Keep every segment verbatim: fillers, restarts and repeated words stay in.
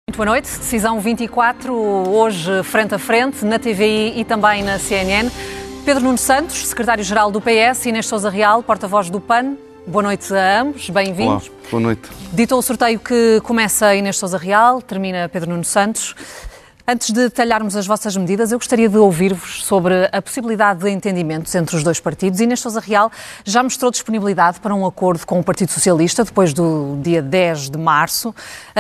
Muito boa noite. Decisão vinte e quatro, hoje frente a frente, na T V I e também na C N N. Pedro Nuno Santos, secretário-geral do P S, Inês Sousa Real, porta-voz do P A N. Boa noite a ambos, bem-vindos. Olá, boa noite. Ditou o sorteio que começa Inês Sousa Real, termina Pedro Nuno Santos. Antes de detalharmos as vossas medidas, eu gostaria de ouvir-vos sobre a possibilidade de entendimentos entre os dois partidos. Inês Sousa Real já mostrou disponibilidade para um acordo com o Partido Socialista depois do dia dez de março.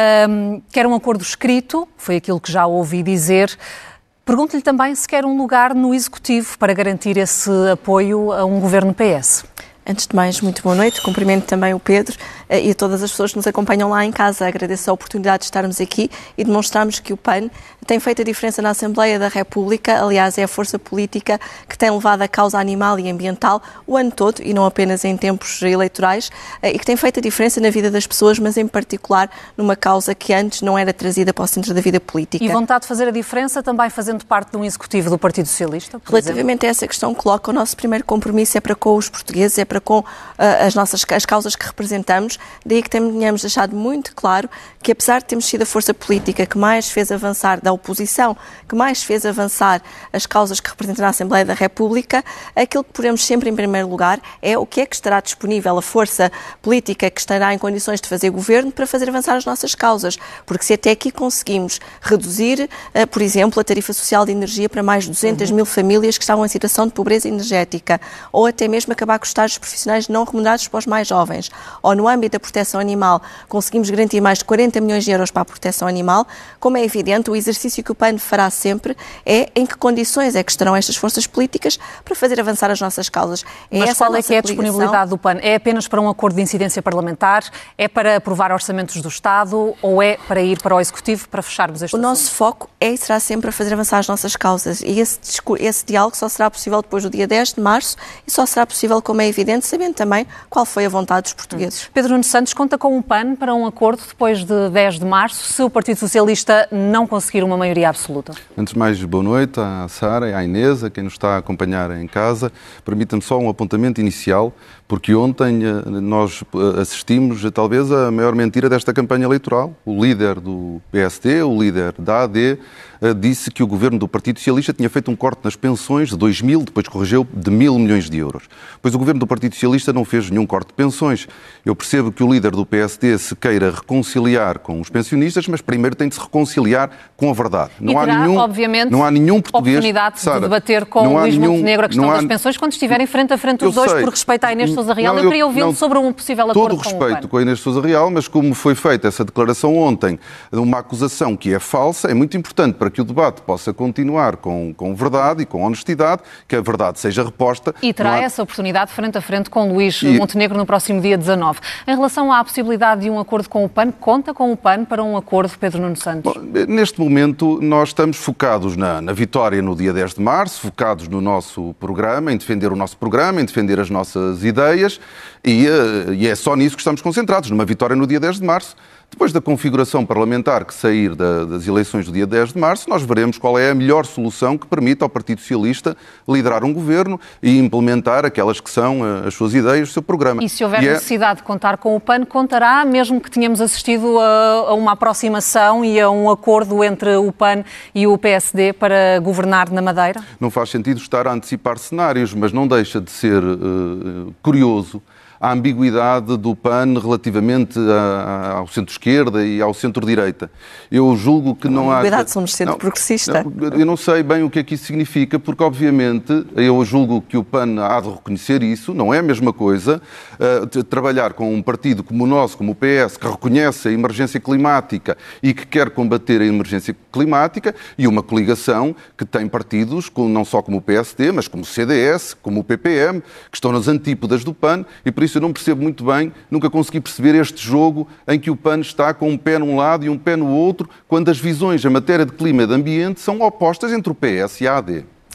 Um, quer um acordo escrito, foi aquilo que já ouvi dizer. Pergunto-lhe também se quer um lugar no Executivo para garantir esse apoio a um governo P S. Antes de mais, muito boa noite. Cumprimento também o Pedro e a todas as pessoas que nos acompanham lá em casa. Agradeço a oportunidade de estarmos aqui e demonstrarmos que o P A N tem feito a diferença na Assembleia da República. Aliás, é a força política que tem levado a causa animal e ambiental o ano todo e não apenas em tempos eleitorais e que tem feito a diferença na vida das pessoas, mas em particular numa causa que antes não era trazida para o centro da vida política. E vontade de fazer a diferença também fazendo parte de um executivo do Partido Socialista? Relativamente a essa questão, coloca o nosso primeiro compromisso é para com os portugueses, é para com uh, as nossas as causas que representamos, daí que tenhamos deixado muito claro que apesar de termos sido a força política que mais fez avançar, da oposição, que mais fez avançar as causas que representam na Assembleia da República, aquilo que poremos sempre em primeiro lugar é o que é que estará disponível a força política que estará em condições de fazer governo para fazer avançar as nossas causas, porque se até aqui conseguimos reduzir, uh, por exemplo, a tarifa social de energia para mais de duzentas mil famílias que estavam em situação de pobreza energética, ou até mesmo acabar com os estágios profissionais não remunerados para os mais jovens, ou no âmbito da proteção animal conseguimos garantir mais de quarenta milhões de euros para a proteção animal, como é evidente, o exercício que o P A N fará sempre é em que condições é que estarão estas forças políticas para fazer avançar as nossas causas. É Mas qual é que é a disponibilidade do P A N? É apenas para um acordo de incidência parlamentar? É para aprovar orçamentos do Estado? Ou é para ir para o Executivo para fecharmos este O assunto? nosso foco é e será sempre a fazer avançar as nossas causas e esse, esse diálogo só será possível depois do dia dez de março e só será possível, como é evidente, sabendo também qual foi a vontade dos portugueses. Pedro Nuno Santos conta com um P A N para um acordo depois de dez de março, se o Partido Socialista não conseguir uma maioria absoluta. Antes de mais, boa noite à Sara e à Inês, a quem nos está a acompanhar em casa. Permita-me só um apontamento inicial, porque ontem nós assistimos talvez a maior mentira desta campanha eleitoral. O líder do P S D, o líder da A D, disse que o governo do Partido Socialista tinha feito um corte nas pensões de dois mil, depois corrigiu, de mil milhões de euros. Pois o governo do Partido Socialista não fez nenhum corte de pensões. Eu percebo que o líder do P S D se queira reconciliar com os pensionistas, mas primeiro tem de se reconciliar com a verdade. Não e terá, há nenhum, obviamente, não há nenhum português, oportunidade Sara, de debater com o Luís nenhum, Montenegro a questão há, das pensões quando estiverem frente a frente os eu dois, sei, por respeito à Inês Sousa Real. Não, eu, eu queria ouvi-lo sobre um possível acordo com o P A N. Todo o respeito com a Inês Sousa Real, mas como foi feita essa declaração ontem, uma acusação que é falsa, é muito importante para que o debate possa continuar com, com verdade e com honestidade, que a verdade seja reposta. E terá há... essa oportunidade frente a frente com Luís e... Montenegro no próximo dia dezanove. Em relação à possibilidade de um acordo com o P A N, conta com o P A N para um acordo, Pedro Nuno Santos? Bom, neste momento nós estamos focados na, na vitória no dia dez de março, focados no nosso programa, em defender o nosso programa, em defender as nossas ideias e, e é só nisso que estamos concentrados, numa vitória no dia dez de março. Depois da configuração parlamentar que sair da, das eleições do dia dez de março, nós veremos qual é a melhor solução que permita ao Partido Socialista liderar um governo e implementar aquelas que são as suas ideias, o seu programa. E se houver e necessidade é... de contar com o P A N, contará, mesmo que tenhamos assistido a, a uma aproximação e a um acordo entre o P A N e o P S D para governar na Madeira? Não faz sentido estar a antecipar cenários, mas não deixa de ser uh, curioso a ambiguidade do P A N relativamente a, a, ao centro-esquerda e ao centro-direita. Eu julgo que não, não há... Ambiguidade, somos centro-progressista. Eu não sei bem o que é que isso significa, porque, obviamente, eu julgo que o P A N há de reconhecer isso, não é a mesma coisa uh, trabalhar com um partido como o nosso, como o P S, que reconhece a emergência climática e que quer combater a emergência climática, e uma coligação que tem partidos, com, não só como o P S D, mas como o C D S, como o P P M, que estão nas antípodas do P A N, e por isso eu não percebo muito bem, nunca consegui perceber este jogo em que o P A N está com um pé num lado e um pé no outro, quando as visões em matéria de clima e de ambiente são opostas entre o P S e a A D.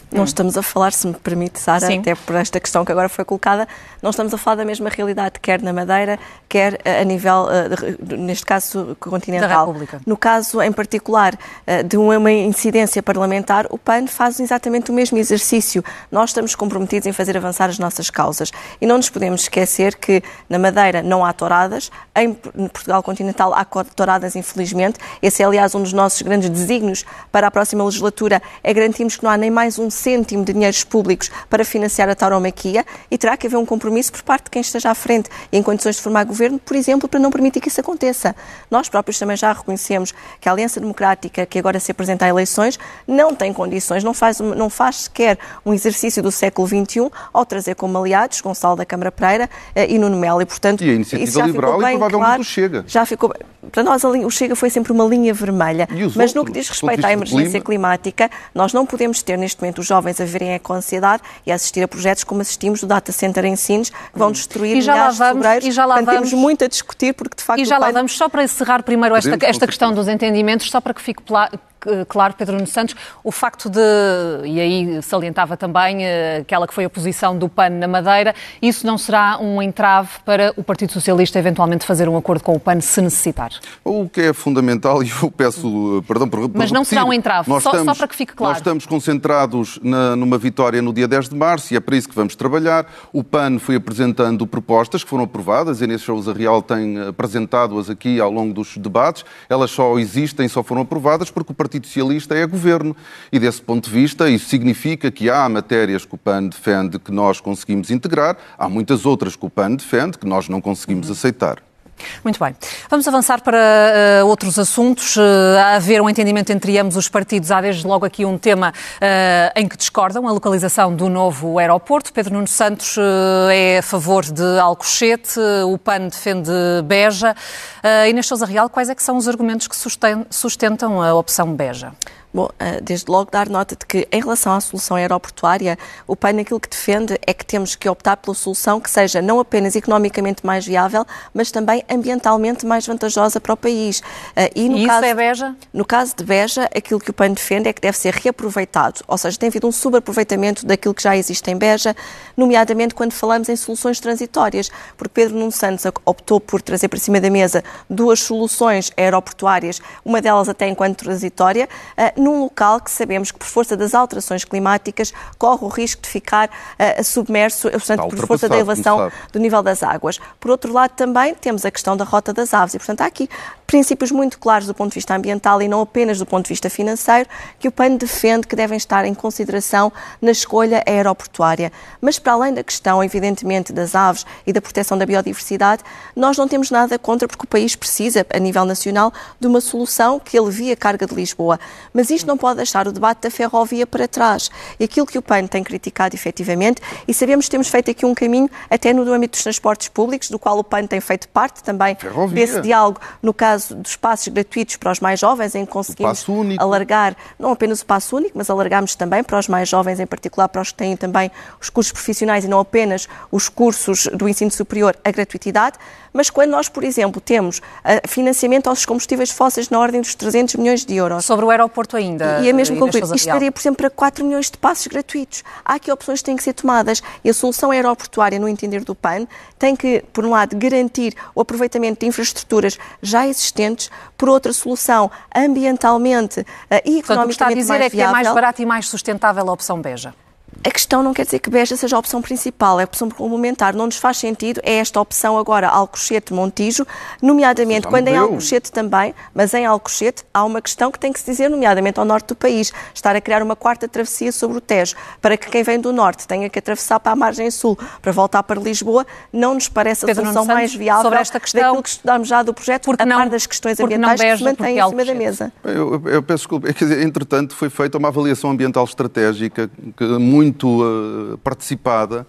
Não hum. estamos a falar, se me permite, Sara, Sim. até por esta questão que agora foi colocada, não estamos a falar da mesma realidade, quer na Madeira, quer a nível, neste caso, continental. Da República. No caso, em particular, de uma incidência parlamentar, o P A N faz exatamente o mesmo exercício. Nós estamos comprometidos em fazer avançar as nossas causas. E não nos podemos esquecer que na Madeira não há touradas, em Portugal continental há touradas, infelizmente. Esse é, aliás, um dos nossos grandes desígnios para a próxima legislatura, é garantirmos que não há nem mais um cêntimo de dinheiros públicos para financiar a tauromaquia e terá que haver um compromisso por parte de quem esteja à frente e em condições de formar governo, por exemplo, para não permitir que isso aconteça. Nós próprios também já reconhecemos que a Aliança Democrática, que agora se apresenta a eleições, não tem condições, não faz, não faz sequer um exercício do século vinte e um ao trazer como aliados Gonçalo da Câmara Pereira eh, e Nuno Melo. E, portanto, e a Iniciativa Liberal e provavelmente claro, o Chega. Já ficou, para nós, o Chega foi sempre uma linha vermelha. Mas outros, no que diz respeito à emergência climática, nós não podemos ter neste momento os jovens a verem com ansiedade e a assistir a projetos como assistimos do Data Center em Sines, que vão destruir milhares de sobreiros. E já lá Portanto, vamos, temos muito a discutir, porque de facto... E já o lá P A N... vamos, só para encerrar primeiro esta, esta questão dos entendimentos, só para que fique claro, Pedro Nuno Santos, o facto de, e aí salientava também aquela que foi a posição do P A N na Madeira, isso não será um entrave para o Partido Socialista eventualmente fazer um acordo com o P A N se necessitar? O que é fundamental, e eu peço perdão por, por Mas não repetir, será um entrave, só, estamos, só para que fique claro. Nós estamos concentrados na, numa vitória no dia dez de março e é para isso que vamos trabalhar. O P A N foi apresentando propostas que foram aprovadas, a Inês Sousa Real tem apresentado-as aqui ao longo dos debates, elas só existem, só foram aprovadas porque o Partido Socialista é governo e desse ponto de vista isso significa que há matérias que o P A N defende que nós conseguimos integrar, há muitas outras que o P A N defende que nós não conseguimos uhum. aceitar. Muito bem. Vamos avançar para uh, outros assuntos. Uh, a haver um entendimento entre ambos os partidos. Há desde logo aqui um tema uh, em que discordam, a localização do novo aeroporto. Pedro Nuno Santos uh, é a favor de Alcochete, uh, o P A N defende Beja. Uh, Inês Sousa Real, quais é que são os argumentos que sustentam a opção Beja? Bom, desde logo dar nota de que, em relação à solução aeroportuária, o P A N aquilo que defende é que temos que optar pela solução que seja não apenas economicamente mais viável, mas também ambientalmente mais vantajosa para o país. E, no e caso, isso é Beja? No caso de Beja, aquilo que o P A N defende é que deve ser reaproveitado, ou seja, tem havido um subaproveitamento daquilo que já existe em Beja, nomeadamente quando falamos em soluções transitórias, porque Pedro Nuno Santos optou por trazer para cima da mesa duas soluções aeroportuárias, uma delas até enquanto transitória, num local que sabemos que, por força das alterações climáticas, corre o risco de ficar uh, submerso, portanto, por força da elevação do nível das águas. Por outro lado, também temos a questão da Rota das Aves e, portanto, há aqui princípios muito claros do ponto de vista ambiental e não apenas do ponto de vista financeiro que o P A N defende que devem estar em consideração na escolha aeroportuária. Mas, para além da questão, evidentemente, das aves e da proteção da biodiversidade, nós não temos nada contra, porque o país precisa, a nível nacional, de uma solução que alivie a carga de Lisboa. Mas isto não pode deixar o debate da ferrovia para trás. E aquilo que o P A N tem criticado efetivamente, e sabemos que temos feito aqui um caminho até no âmbito dos transportes públicos, do qual o P A N tem feito parte também ferrovia. Desse diálogo, no caso dos passos gratuitos para os mais jovens, em que conseguimos alargar, não apenas o passo único, mas alargamos também para os mais jovens, em particular para os que têm também os cursos profissionais e não apenas os cursos do ensino superior, a gratuitidade. Mas quando nós, por exemplo, temos uh, financiamento aos combustíveis fósseis na ordem dos trezentos milhões de euros. Sobre o aeroporto ainda. E, e a mesmo concluir, isto daria, por exemplo, para quatro milhões de passos gratuitos. Há aqui opções que têm que ser tomadas e a solução aeroportuária, no entender do P A N, tem que, por um lado, garantir o aproveitamento de infraestruturas já existentes, por outra, solução ambientalmente uh, e economicamente mais viável. Portanto, o que está a dizer é que é mais barato e mais sustentável a opção Beja. A questão não quer dizer que Beja seja a opção principal, é a opção complementar. Não nos faz sentido, é esta opção agora Alcochete-Montijo, nomeadamente quando em Alcochete também, mas em Alcochete há uma questão que tem que se dizer, nomeadamente ao norte do país, estar a criar uma quarta travessia sobre o Tejo, para que quem vem do norte tenha que atravessar para a margem sul para voltar para Lisboa, não nos parece a Pedro solução Santos, mais viável sobre esta questão, daquilo que estudamos já do projeto, a par das questões ambientais Beja, que se mantêm em cima da mesa. Eu, eu peço desculpa, quer dizer, entretanto foi feita uma avaliação ambiental estratégica que muito uh, participada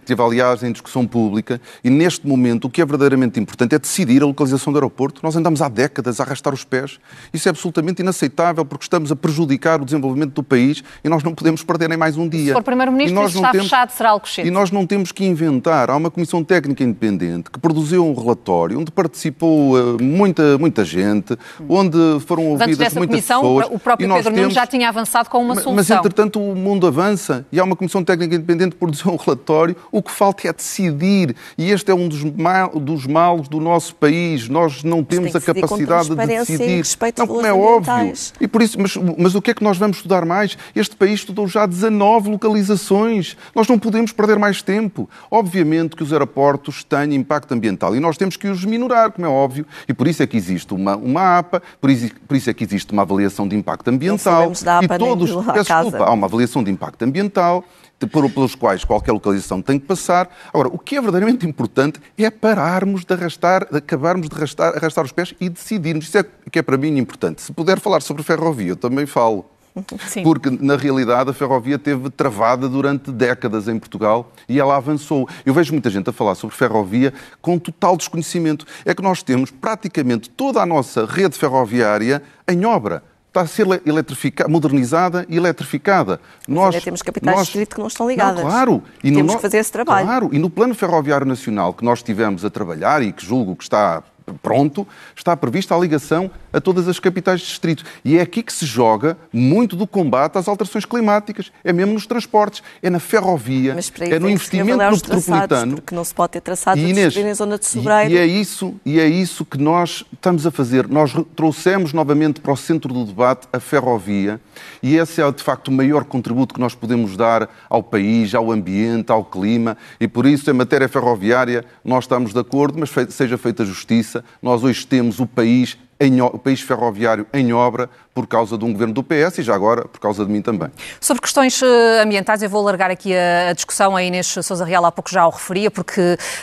esteve, aliás, em discussão pública, e neste momento o que é verdadeiramente importante é decidir a localização do aeroporto. Nós andamos há décadas a arrastar os pés. Isso é absolutamente inaceitável, porque estamos a prejudicar o desenvolvimento do país e nós não podemos perder nem mais um dia. Se for Primeiro-Ministro, isso está temos... fechado, será algo cedo. E nós não temos que inventar. Há uma Comissão Técnica Independente que produziu um relatório onde participou uh, muita, muita gente, hum. onde foram ouvidas dessa muitas comissão, pessoas. O próprio Pedro Nuno temos... já tinha avançado com uma mas, solução. Mas, entretanto, o mundo avança e há uma Comissão Técnica Independente que produziu um relatório. O que falta é decidir. E este é um dos, mal, dos males do nosso país. Nós não temos a capacidade de decidir. Não, como é óbvio. E por isso, mas, mas o que é que nós vamos estudar mais? Este país estudou já dezanove localizações. Nós não podemos perder mais tempo. Obviamente que os aeroportos têm impacto ambiental e nós temos que os minorar, como é óbvio. E por isso é que existe uma, uma A P A, por isso, por isso é que existe uma avaliação de impacto ambiental. Da e todos, peço desculpa, há uma avaliação de impacto ambiental pelos quais qualquer localização tem que passar. Agora, o que é verdadeiramente importante é pararmos de arrastar, de acabarmos de arrastar, arrastar os pés e decidirmos. Isso é que é para mim importante. Se puder falar sobre ferrovia, eu também falo. Sim. Porque, na realidade, a ferrovia esteve travada durante décadas em Portugal e ela avançou. Eu vejo muita gente a falar sobre ferrovia com total desconhecimento. É que nós temos praticamente toda a nossa rede ferroviária em obra. Está a ser eletrificada, modernizada e eletrificada. Mas nós ainda temos capitais nós... de distrito que não estão ligadas. Não, claro. E temos no... que fazer esse trabalho. Claro. E no Plano Ferroviário Nacional que nós tivemos a trabalhar e que julgo que está pronto, está prevista a ligação a todas as capitais de distrito. E é aqui que se joga muito do combate às alterações climáticas. É mesmo nos transportes, é na ferrovia, é no investimento no metropolitano. Porque não se pode ter traçados a subir em zona de sobreiro. E, e, é isso, e é isso que nós estamos a fazer. Nós trouxemos novamente para o centro do debate a ferrovia e esse é, de facto, o maior contributo que nós podemos dar ao país, ao ambiente, ao clima. E por isso, em matéria ferroviária, nós estamos de acordo, mas seja feita justiça. Nós hoje temos o país, em, o país ferroviário em obra por causa de um governo do P S e já agora por causa de mim também. Sobre questões ambientais, eu vou alargar aqui a, a discussão. A Inês Sousa Real há pouco já o referia, porque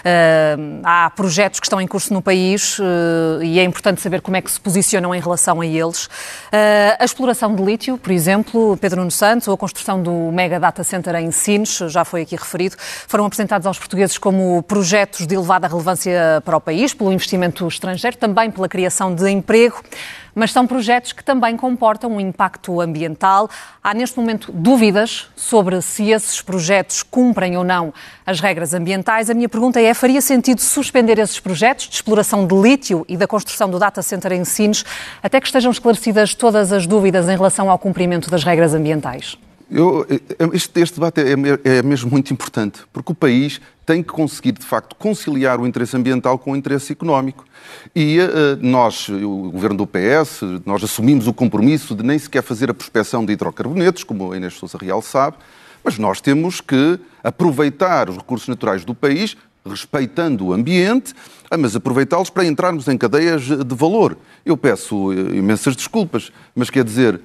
uh, há projetos que estão em curso no país uh, e é importante saber como é que se posicionam em relação a eles. Uh, a exploração de lítio, por exemplo, Pedro Nuno Santos, ou a construção do Mega Data Center em Sines, já foi aqui referido, foram apresentados aos portugueses como projetos de elevada relevância para o país, pelo investimento estrangeiro, também pela criação de emprego. Mas são projetos que também comportam um impacto ambiental. Há, neste momento, dúvidas sobre se esses projetos cumprem ou não as regras ambientais. A minha pergunta é, faria sentido suspender esses projetos de exploração de lítio e da construção do data center em Sines até que estejam esclarecidas todas as dúvidas em relação ao cumprimento das regras ambientais? Eu, este, este debate é, é mesmo muito importante, porque o país tem que conseguir, de facto, conciliar o interesse ambiental com o interesse económico. E uh, nós, o governo do P S, nós assumimos o compromisso de nem sequer fazer a prospecção de hidrocarbonetos, como a Inês Sousa Real sabe, mas nós temos que aproveitar os recursos naturais do país, respeitando o ambiente, mas aproveitá-los para entrarmos em cadeias de valor. Eu peço imensas desculpas, mas quer dizer...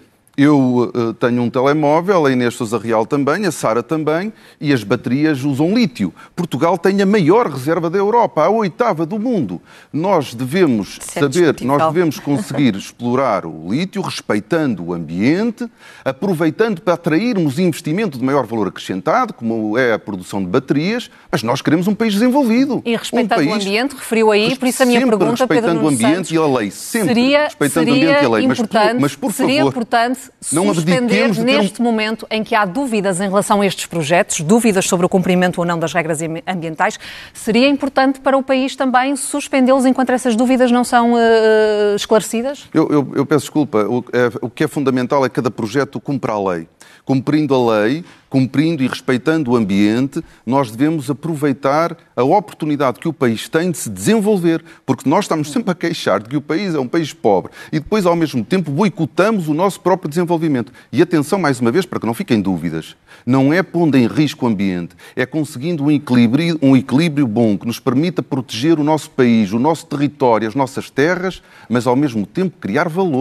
Eu uh, tenho um telemóvel, a Inês Sousa Real também, a Sara também, e as baterias usam lítio. Portugal tem a maior reserva da Europa, a oitava do mundo. Nós devemos saber, nós devemos conseguir explorar o lítio, respeitando o ambiente, aproveitando para atrairmos investimento de maior valor acrescentado, como é a produção de baterias, mas nós queremos um país desenvolvido. E respeitando um país, o ambiente, referiu aí, por isso a minha pergunta, Pedro Nuno Santos, respeitando o ambiente e a lei, sempre seria, respeitando seria o ambiente e a lei. Importante, mas, mas por seria favor, importante não suspender neste um... momento em que há dúvidas em relação a estes projetos, dúvidas sobre o cumprimento ou não das regras ambientais, seria importante para o país também suspendê-los enquanto essas dúvidas não são uh, esclarecidas? Eu, eu, eu peço desculpa. O, é, o que é fundamental é que cada projeto cumpra a lei. Cumprindo a lei, cumprindo e respeitando o ambiente, nós devemos aproveitar a oportunidade que o país tem de se desenvolver, porque nós estamos sempre a queixar de que o país é um país pobre e depois, ao mesmo tempo, boicotamos o nosso próprio desenvolvimento. E atenção, mais uma vez, para que não fiquem dúvidas, não é pondo em risco o ambiente, é conseguindo um equilíbrio, um equilíbrio bom que nos permita proteger o nosso país, o nosso território, as nossas terras, mas, ao mesmo tempo, criar valor.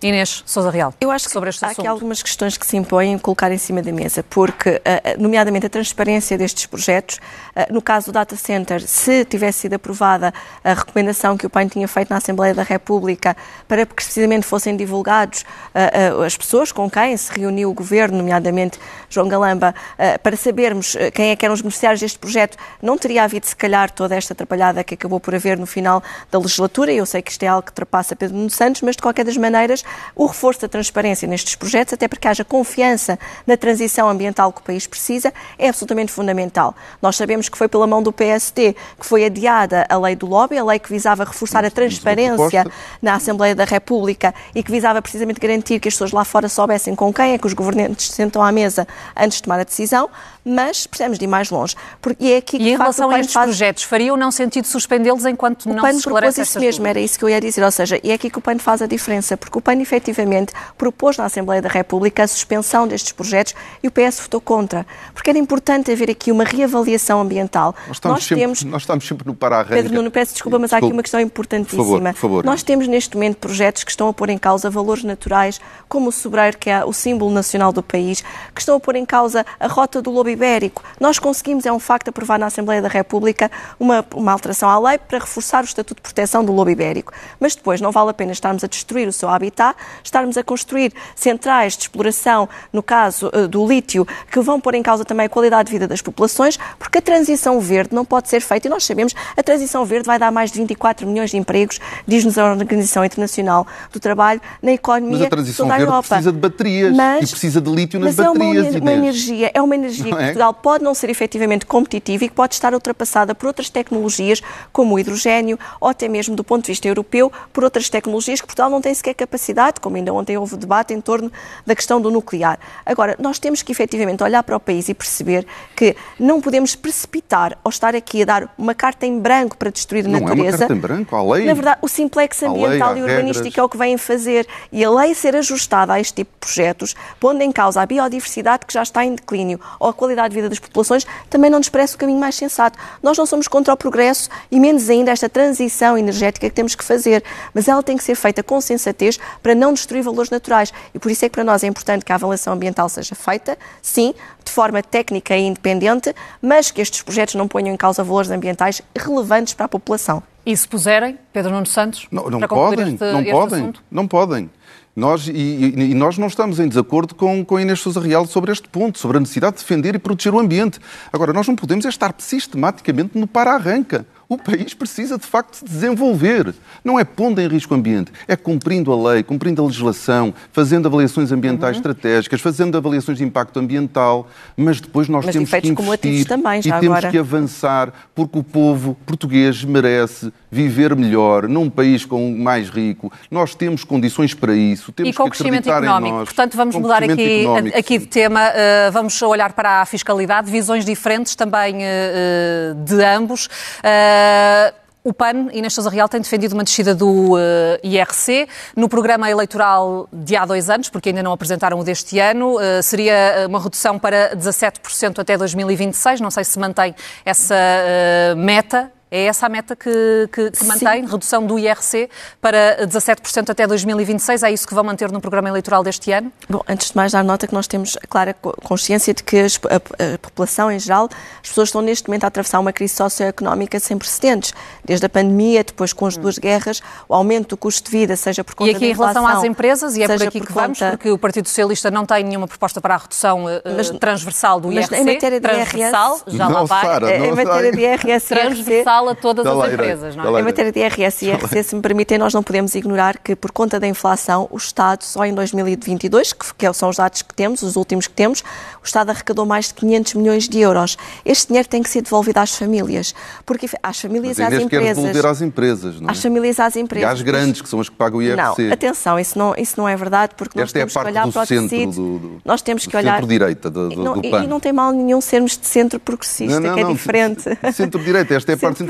Inês Sousa Real, eu acho que sobre este há assunto. aqui algumas questões que se impõem colocar em cima da mesa, porque, nomeadamente, a transparência destes projetos, no caso do data center, se tivesse sido aprovada a recomendação que o P A N tinha feito na Assembleia da República para que precisamente fossem divulgados as pessoas com quem se reuniu o Governo, nomeadamente João Galamba, para sabermos quem é que eram os beneficiários deste projeto, não teria havido, se calhar, toda esta atrapalhada que acabou por haver no final da legislatura. Eu sei que isto é algo que ultrapassa Pedro Nuno Santos, mas, de qualquer das maneiras, o reforço da transparência nestes projetos, até porque haja confiança na transição ambiental que o país precisa, é absolutamente fundamental. Nós sabemos que foi pela mão do P S D que foi adiada a lei do lobby, a lei que visava reforçar a transparência na Assembleia da República e que visava precisamente garantir que as pessoas lá fora soubessem com quem é que os governantes sentam à mesa antes de tomar a decisão, mas precisamos de ir mais longe. Porque é aqui que, e em de facto, relação a estes faz... projetos, faria ou não sentido suspendê-los enquanto não se esclarece isso mesmo, dúvidas? Era isso que eu ia dizer, ou seja, e é aqui que o P A N faz a diferença, porque o P A N efetivamente propôs na Assembleia da República a suspensão destes projetos e o P S votou contra, porque era importante haver aqui uma reavaliação ambiental. Nós estamos, Nós sempre, temos... nós estamos sempre no para-arranca. Pedro Nuno, peço desculpa, mas há aqui uma questão importantíssima. Por favor, por favor. Nós temos neste momento projetos que estão a pôr em causa valores naturais, como o sobreiro, que é o símbolo nacional do país, que estão a pôr em causa a rota do lobo ibérico. Nós conseguimos, é um facto, aprovar na Assembleia da República uma, uma alteração à lei para reforçar o Estatuto de Proteção do Lobo Ibérico. Mas depois não vale a pena estarmos a destruir o seu habitat, estarmos a construir centrais de exploração, no caso uh, do lítio, que vão pôr em causa também a qualidade de vida das populações, porque a transição verde não pode ser feita, e nós sabemos, a transição verde vai dar mais de vinte e quatro milhões de empregos, diz-nos a Organização Internacional do Trabalho, na economia mas a transição toda a verde Europa. precisa de baterias mas, e precisa de lítio nas mas baterias. É uma, uma energia, é uma energia que é? Portugal pode não ser efetivamente competitiva e que pode estar ultrapassada por outras tecnologias, como o hidrogénio, ou até mesmo do ponto de vista europeu, por outras tecnologias que Portugal não tem sequer capacidade, como ainda ontem houve debate em torno da questão do nuclear. Agora, nós temos que efetivamente olhar para o país e perceber que não podemos precipitar ou estar aqui a dar uma carta em branco para destruir a não natureza. Não é uma carta em branco, há lei. Na verdade, o simplex ambiental lei, e urbanístico regras. É o que vêm fazer. E a lei ser ajustada a este tipo de projetos, pondo em causa a biodiversidade que já está em declínio ou a qualidade de vida das populações, também não nos parece o caminho mais sensato. Nós não somos contra o progresso e menos ainda esta transição energética que temos que fazer, mas ela tem que ser feita com sensatez para não destruir valores naturais. E por isso é que para nós é importante que a avaliação ambiental seja feita, sim, de forma técnica e independente, mas que estes projetos não ponham em causa valores ambientais relevantes para a população. E se puserem, Pedro Nuno Santos, não, não para podem, este, não este podem, assunto? não podem. Nós, e, e, e nós não estamos em desacordo com, com a Inês Sousa Real sobre este ponto, sobre a necessidade de defender e proteger o ambiente. Agora, nós não podemos é estar sistematicamente no para-arranca. O país precisa, de facto, se desenvolver. Não é pondo em risco o ambiente, é cumprindo a lei, cumprindo a legislação, fazendo avaliações ambientais uhum. estratégicas, fazendo avaliações de impacto ambiental, mas depois nós mas temos que investir também, já e temos agora. que avançar, porque o povo português merece viver melhor num país com mais rico. Nós temos condições para isso. Temos e com que o crescimento económico. Nós, Portanto, vamos mudar aqui, aqui de tema. Uh, vamos olhar para a fiscalidade, visões diferentes também uh, de ambos. Uh, O P A N, Inês Sousa Real, tem defendido uma descida do uh, I R C. No programa eleitoral de há dois anos, porque ainda não apresentaram o deste ano, uh, seria uma redução para dezassete por cento até dois mil e vinte e seis. Não sei se mantém essa uh, meta. É essa a meta que, que, que mantém? Redução do I R C para dezassete por cento até dois mil e vinte e seis? É isso que vão manter no programa eleitoral deste ano? Bom, antes de mais dar nota que nós temos a clara consciência de que a, a, a população em geral, as pessoas estão neste momento a atravessar uma crise socioeconómica sem precedentes. Desde a pandemia, depois com as duas guerras, o aumento do custo de vida, seja por conta da inflação... E aqui em relação às empresas, e é por aqui por que conta... vamos, porque o Partido Socialista não tem nenhuma proposta para a redução uh, mas, transversal do I R C. Mas em matéria de transversal, I R S... já não, lá vai. Sara, em matéria de I R S e transversal a todas as Daleira, empresas, não é? Daleira. Em matéria de I R S e I R C, se me permitem, nós não podemos ignorar que, por conta da inflação, o Estado, só em dois mil e vinte e dois, que, que são os dados que temos, os últimos que temos, o Estado arrecadou mais de quinhentos milhões de euros. Este dinheiro tem que ser devolvido às famílias, porque às famílias e às empresas... quer devolver às empresas, não é? Às famílias e às empresas. E às grandes, que são as que pagam o I R C. Não, atenção, isso não, isso não é verdade, porque nós Esta temos é a que olhar do para o centro tecido. Do, do, nós temos do que olhar... centro-direita do, do, não, do P A N. E não tem mal nenhum sermos de centro progressista, não, não, que é não, diferente. Centro-direita, esta é a parte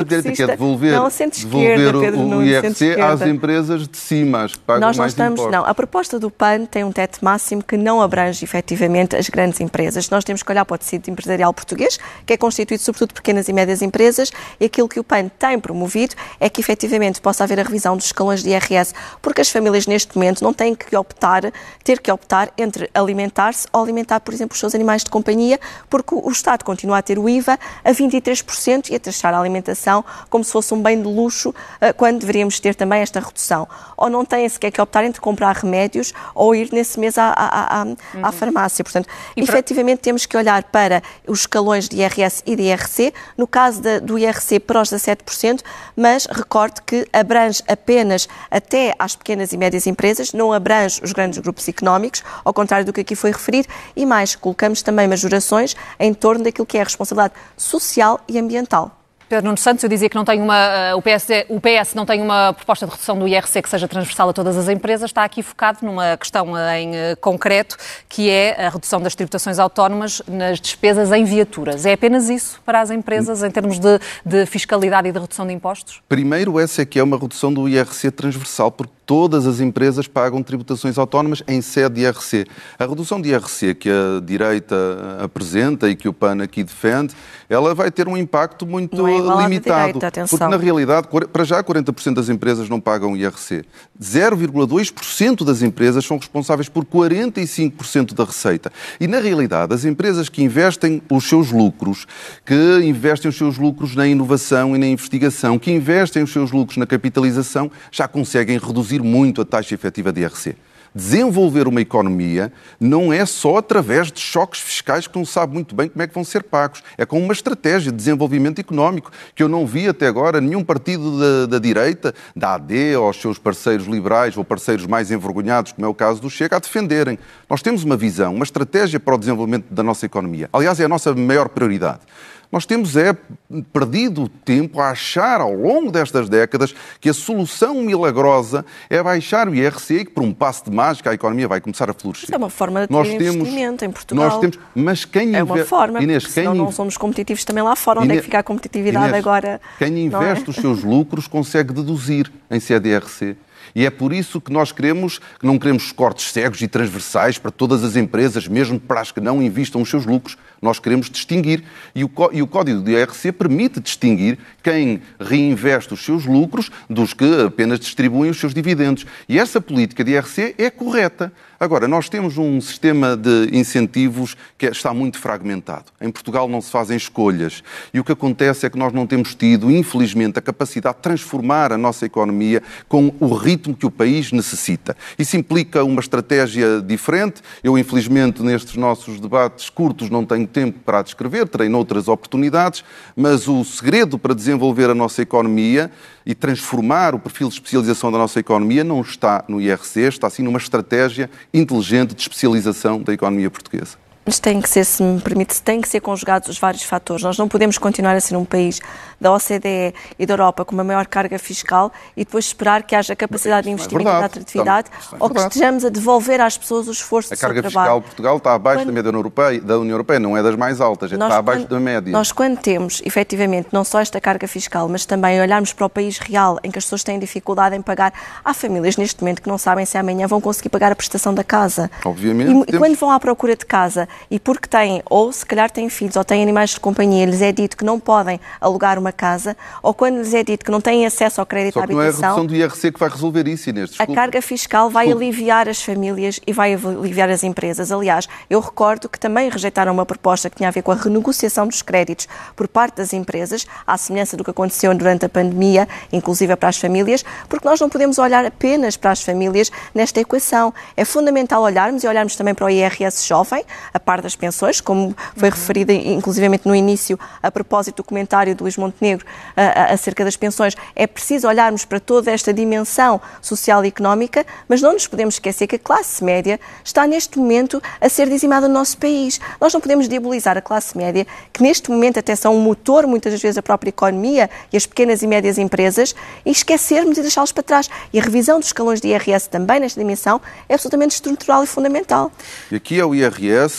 centro-direita, que é devolver, não, devolver o, o I R C às empresas de cima, as que pagam Nós não mais estamos, impostos. Não, a proposta do P A N tem um teto máximo que não abrange efetivamente as grandes empresas. Nós temos que olhar para o tecido empresarial português, que é constituído sobretudo de pequenas e médias empresas, e aquilo que o P A N tem promovido é que efetivamente possa haver a revisão dos escalões de I R S, porque as famílias neste momento não têm que optar, ter que optar entre alimentar-se ou alimentar, por exemplo, os seus animais de companhia, porque o Estado continua a ter o I V A a vinte e três por cento e a taxar a alimentação como se fosse um bem de luxo, quando deveríamos ter também esta redução. Ou não têm sequer que optar entre comprar remédios ou ir nesse mês à, à, à, à farmácia. Portanto, e efetivamente para... temos que olhar para os escalões de I R S e de I R C, no caso da, do I R C para os dezassete por cento, mas recorde que abrange apenas até às pequenas e médias empresas, não abrange os grandes grupos económicos, ao contrário do que aqui foi referido, e mais, colocamos também majorações em torno daquilo que é a responsabilidade social e ambiental. Pedro Nuno Santos, eu dizia que não tem uma, o, P S, o P S não tem uma proposta de redução do I R C que seja transversal a todas as empresas, está aqui focado numa questão em concreto, que é a redução das tributações autónomas nas despesas em viaturas. É apenas isso para as empresas em termos de, de fiscalidade e de redução de impostos? Primeiro, essa é que é uma redução do I R C transversal, porque todas as empresas pagam tributações autónomas em sede de I R C. A redução de I R C que a direita apresenta e que o P A N aqui defende, ela vai ter um impacto muito não é igual limitado. Direita, atenção. Porque, na realidade, para já quarenta por cento das empresas não pagam I R C. zero vírgula dois por cento das empresas são responsáveis por quarenta e cinco por cento da receita. E, na realidade, as empresas que investem os seus lucros, que investem os seus lucros na inovação e na investigação, que investem os seus lucros na capitalização, já conseguem reduzir muito a taxa efetiva de I R C. Desenvolver uma economia não é só através de choques fiscais que não se sabe muito bem como é que vão ser pagos. É com uma estratégia de desenvolvimento económico que eu não vi até agora nenhum partido da, da direita, da A D ou os seus parceiros liberais ou parceiros mais envergonhados, como é o caso do Chega, a defenderem. Nós temos uma visão, uma estratégia para o desenvolvimento da nossa economia. Aliás, é a nossa maior prioridade. Nós temos é perdido tempo a achar, ao longo destas décadas, que a solução milagrosa é baixar o I R C e que, por um passo de mágica, a economia vai começar a florescer. Isso é uma forma de ter nós investimento temos, em Portugal. Nós temos, mas quem é uma inve... forma, Inês, porque senão quem... não somos competitivos também lá fora. Onde Inês... é que fica a competitividade Inês, agora? Quem investe é? os seus lucros consegue deduzir em sede de I R C. E é por isso que nós queremos, que não queremos cortes cegos e transversais para todas as empresas, mesmo para as que não investam os seus lucros. Nós queremos distinguir. E o, e o Código de I R C permite distinguir quem reinveste os seus lucros dos que apenas distribuem os seus dividendos. E essa política de I R C é correta. Agora, nós temos um sistema de incentivos que está muito fragmentado. Em Portugal não se fazem escolhas. E o que acontece é que nós não temos tido, infelizmente, a capacidade de transformar a nossa economia com o ritmo que o país necessita. Isso implica uma estratégia diferente. Eu, infelizmente, nestes nossos debates curtos não tenho tempo para a descrever, terei noutras oportunidades, mas o segredo para desenvolver a nossa economia e transformar o perfil de especialização da nossa economia não está no I R C, está sim numa estratégia inteligente de especialização da economia portuguesa. Mas tem que ser, se me permite, têm que ser conjugados os vários fatores. Nós não podemos continuar a ser um país da O C D E e da Europa com uma maior carga fiscal e depois esperar que haja capacidade de investimento e de atratividade é ou que estejamos a devolver às pessoas o esforço do seu trabalho. A carga fiscal de Portugal está abaixo quando... da média Europeia, da União Europeia, não é das mais altas, nós, está abaixo quando, da média. Nós, quando temos, efetivamente, não só esta carga fiscal, mas também olharmos para o país real em que as pessoas têm dificuldade em pagar, há famílias neste momento que não sabem se amanhã vão conseguir pagar a prestação da casa. Obviamente. E, temos... e quando vão à procura de casa e porque têm, ou se calhar têm filhos, ou têm animais de companhia, lhes é dito que não podem alugar uma casa, ou quando lhes é dito que não têm acesso ao crédito à habitação... Só que não é a redução do I R C que vai resolver isso, Inês. Desculpe. A carga fiscal vai Desculpe. aliviar as famílias e vai aliviar as empresas. Aliás, eu recordo que também rejeitaram uma proposta que tinha a ver com a renegociação dos créditos por parte das empresas, à semelhança do que aconteceu durante a pandemia, inclusive para as famílias, porque nós não podemos olhar apenas para as famílias nesta equação. É fundamental olharmos e olharmos também para o I R S jovem, a par das pensões, como foi uhum. referido inclusivamente no início, a propósito do comentário do Luís Montenegro a, a, acerca das pensões. É preciso olharmos para toda esta dimensão social e económica, mas não nos podemos esquecer que a classe média está neste momento a ser dizimada no nosso país. Nós não podemos diabolizar a classe média, que neste momento até são um motor, muitas das vezes, da própria economia e as pequenas e médias empresas, e esquecermos e deixá-los para trás. E a revisão dos escalões de I R S também nesta dimensão é absolutamente estrutural e fundamental. E aqui é o I R S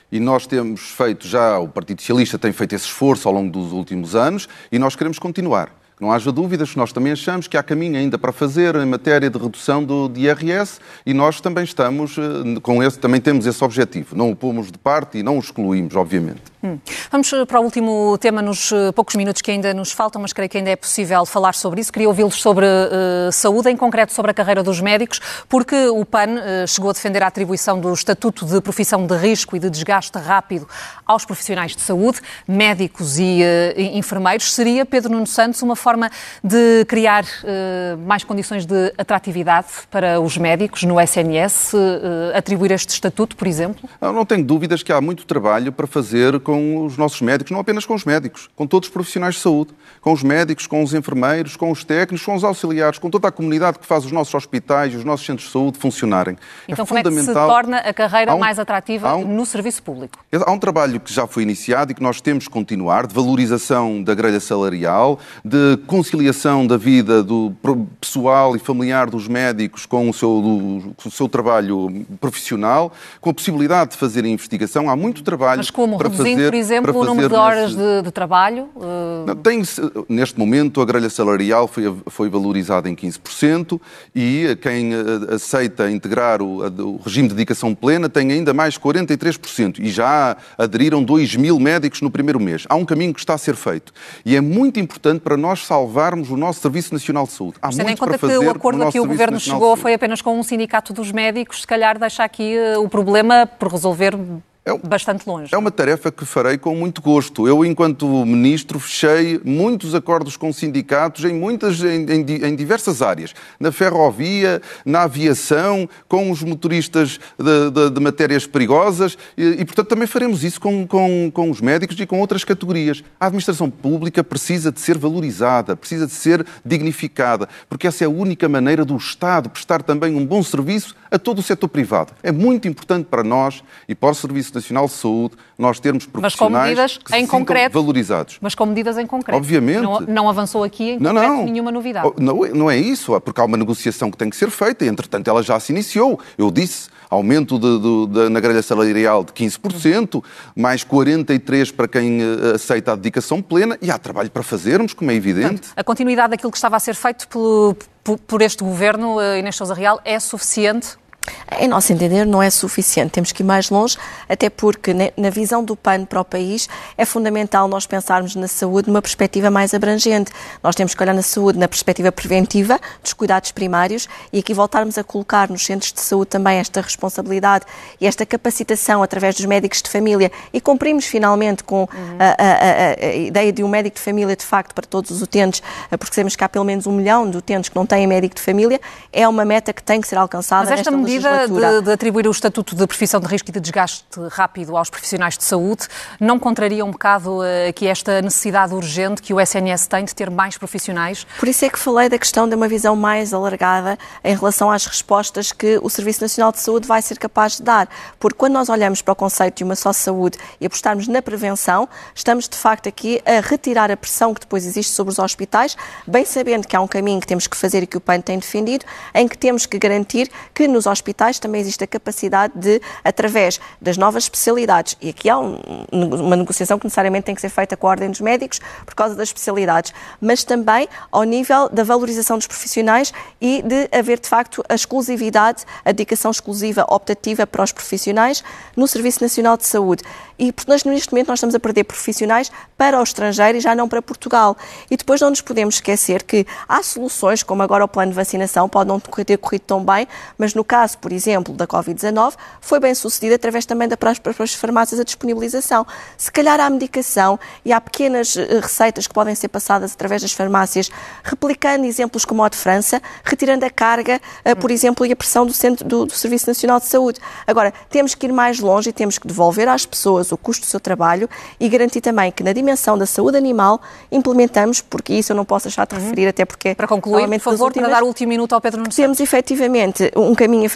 E nós temos feito já, o Partido Socialista tem feito esse esforço ao longo dos últimos anos e nós queremos continuar. Não haja dúvidas, nós também achamos que há caminho ainda para fazer em matéria de redução do I R S e nós também estamos, com esse, também temos esse objetivo. Não o pomos de parte e não o excluímos, obviamente. Hum. Vamos para o último tema nos poucos minutos que ainda nos faltam, mas creio que ainda é possível falar sobre isso. Queria ouvi-los sobre uh, saúde, em concreto sobre a carreira dos médicos, porque o P A N uh, chegou a defender a atribuição do Estatuto de Profissão de Risco e de Desgaste Rápido aos profissionais de saúde, médicos e uh, enfermeiros. Seria, Pedro Nuno Santos, uma forma de criar uh, mais condições de atratividade para os médicos no S N S, uh, atribuir este estatuto, por exemplo? Eu não tenho dúvidas que há muito trabalho para fazer com os nossos médicos, não apenas com os médicos, com todos os profissionais de saúde, com os médicos, com os enfermeiros, com os técnicos, com os auxiliares, com toda a comunidade que faz os nossos hospitais e os nossos centros de saúde funcionarem. Então, é como é que se torna a carreira um, mais atrativa um, no serviço público? Há um trabalho que já foi iniciado e que nós temos que continuar, de valorização da grelha salarial, de conciliação da vida do pessoal e familiar dos médicos com o seu, do, com o seu trabalho profissional, com a possibilidade de fazer a investigação. Há muito trabalho Mas como? para Reduzindo, fazer, por exemplo, o número de horas nesse... de, de trabalho? Uh... Não, tem, neste momento, a grelha salarial foi, foi valorizada em quinze por cento e quem aceita integrar o, o regime de dedicação plena tem ainda mais quarenta e três por cento e já aderiram dois mil médicos no primeiro mês. Há um caminho que está a ser feito e é muito importante para nós salvarmos o nosso Serviço Nacional de Saúde. Há Tendo em muito para conta fazer que o acordo a que o Governo chegou foi apenas com um sindicato dos médicos, se calhar deixa aqui uh, o problema por resolver é, bastante longe. É uma tarefa que farei com muito gosto. Eu, enquanto Ministro, fechei muitos acordos com sindicatos em, muitas, em, em, em diversas áreas. Na ferrovia, na aviação, com os motoristas de, de, de matérias perigosas e, e, portanto, também faremos isso com, com, com os médicos e com outras categorias. A administração pública precisa de ser valorizada, precisa de ser dignificada, porque essa é a única maneira do Estado prestar também um bom serviço a todo o setor privado. É muito importante para nós e para o Serviço Nacional de Saúde nós termos profissionais que se sintam valorizados. Mas com medidas em concreto. Obviamente. Não, não avançou aqui em não, concreto não. nenhuma novidade. Não, não é isso, porque há uma negociação que tem que ser feita e, entretanto, ela já se iniciou. Eu disse aumento de, de, de, na grelha salarial de quinze por cento, mais quarenta e três por cento para quem aceita a dedicação plena e há trabalho para fazermos, como é evidente. Portanto, a continuidade daquilo que estava a ser feito pelo, por, por este Governo, Inês Sousa Real, é suficiente? Em nosso entender, não é suficiente. Temos que ir mais longe, até porque na visão do P A N para o país é fundamental nós pensarmos na saúde numa perspectiva mais abrangente. Nós temos que olhar na saúde na perspectiva preventiva, dos cuidados primários, e aqui voltarmos a colocar nos centros de saúde também esta responsabilidade e esta capacitação através dos médicos de família e cumprimos finalmente com uhum. a, a, a, a ideia de um médico de família de facto para todos os utentes, porque sabemos que há pelo menos um milhão de utentes que não têm médico de família, é uma meta que tem que ser alcançada nesta legislatura. De, de atribuir o Estatuto de Profissão de Risco e de Desgaste Rápido aos profissionais de saúde não contraria um bocado uh, aqui esta necessidade urgente que o S N S tem de ter mais profissionais? Por isso é que falei da questão de uma visão mais alargada em relação às respostas que o Serviço Nacional de Saúde vai ser capaz de dar. Porque quando nós olhamos para o conceito de uma só saúde e apostarmos na prevenção, estamos de facto aqui a retirar a pressão que depois existe sobre os hospitais, bem sabendo que há um caminho que temos que fazer e que o P A N tem defendido, em que temos que garantir que nos hospitais também existe a capacidade de, através das novas especialidades, e aqui há um, uma negociação que necessariamente tem que ser feita com a Ordem dos Médicos por causa das especialidades, mas também ao nível da valorização dos profissionais e de haver, de facto, a exclusividade, a dedicação exclusiva optativa para os profissionais no Serviço Nacional de Saúde. E, portanto, neste momento nós estamos a perder profissionais para o estrangeiro e já não para Portugal. E depois não nos podemos esquecer que há soluções, como agora o plano de vacinação, pode não ter corrido tão bem, mas no caso, por exemplo, da covid dezanove, foi bem sucedido através também da próprias farmácias a disponibilização. Se calhar há medicação e há pequenas receitas que podem ser passadas através das farmácias, replicando exemplos como o de França, retirando a carga, por exemplo, e a pressão do, centro, do, do Serviço Nacional de Saúde. Agora, temos que ir mais longe e temos que devolver às pessoas o custo do seu trabalho e garantir também que na dimensão da saúde animal implementamos, porque isso eu não posso deixar de referir, uhum. até porque... Para concluir, por favor, últimas, para dar o último minuto ao Pedro Nuno Santos. Temos efetivamente um caminho a fazer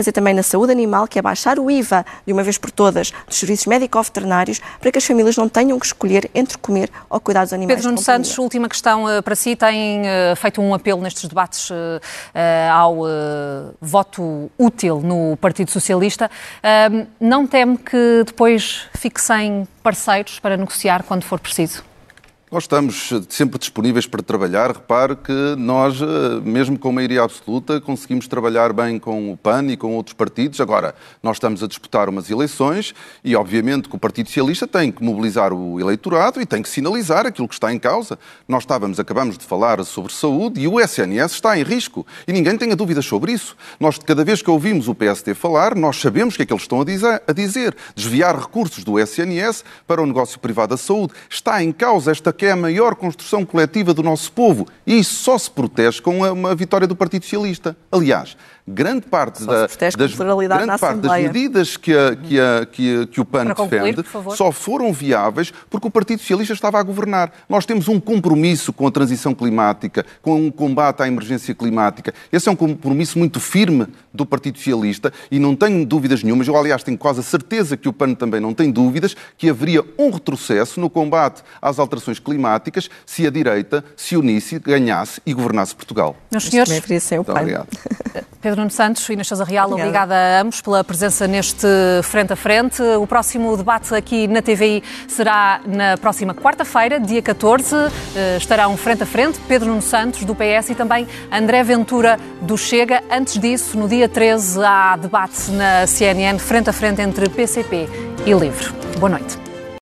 fazer também na saúde animal, que é baixar o I V A de uma vez por todas dos serviços médico-veterinários, para que as famílias não tenham que escolher entre comer ou cuidar dos animais. Pedro Nuno Santos, última questão uh, para si. Tem uh, feito um apelo nestes debates uh, uh, ao uh, voto útil no Partido Socialista. Uh, não teme que depois fique sem parceiros para negociar quando for preciso? Nós estamos sempre disponíveis para trabalhar. Repare que nós, mesmo com maioria absoluta, conseguimos trabalhar bem com o P A N e com outros partidos. Agora, nós estamos a disputar umas eleições e, obviamente, que o Partido Socialista tem que mobilizar o eleitorado e tem que sinalizar aquilo que está em causa. Nós estávamos, acabamos de falar sobre saúde e o S N S está em risco e ninguém tenha dúvidas sobre isso. Nós, cada vez que ouvimos o P S D falar, nós sabemos o que é que eles estão a dizer. A dizer. Desviar recursos do S N S para o negócio privado da saúde. Está em causa esta que é a maior construção coletiva do nosso povo. E isso só se protege com uma vitória do Partido Socialista. Aliás, grande parte, da, das, grande parte das medidas que, a, que, a, que, a, que o P A N concluir, defende só foram viáveis porque o Partido Socialista estava a governar. Nós temos um compromisso com a transição climática, com um combate à emergência climática. Esse é um compromisso muito firme do Partido Socialista e não tenho dúvidas nenhumas, eu aliás tenho quase a certeza que o P A N também não tem dúvidas, que haveria um retrocesso no combate às alterações climáticas se a direita se unisse, ganhasse e governasse Portugal. Meus senhores, muito obrigado. Pedro Nuno Santos e Inês Sousa Real, obrigada. obrigada a ambos pela presença neste Frente a Frente. O próximo debate aqui na T V I será na próxima quarta-feira, dia catorze. Estarão Frente a Frente Pedro Nuno Santos, do P S, e também André Ventura, do Chega. Antes disso, no dia treze, há debate na C N N, Frente a Frente entre P C P e Livre. Boa noite.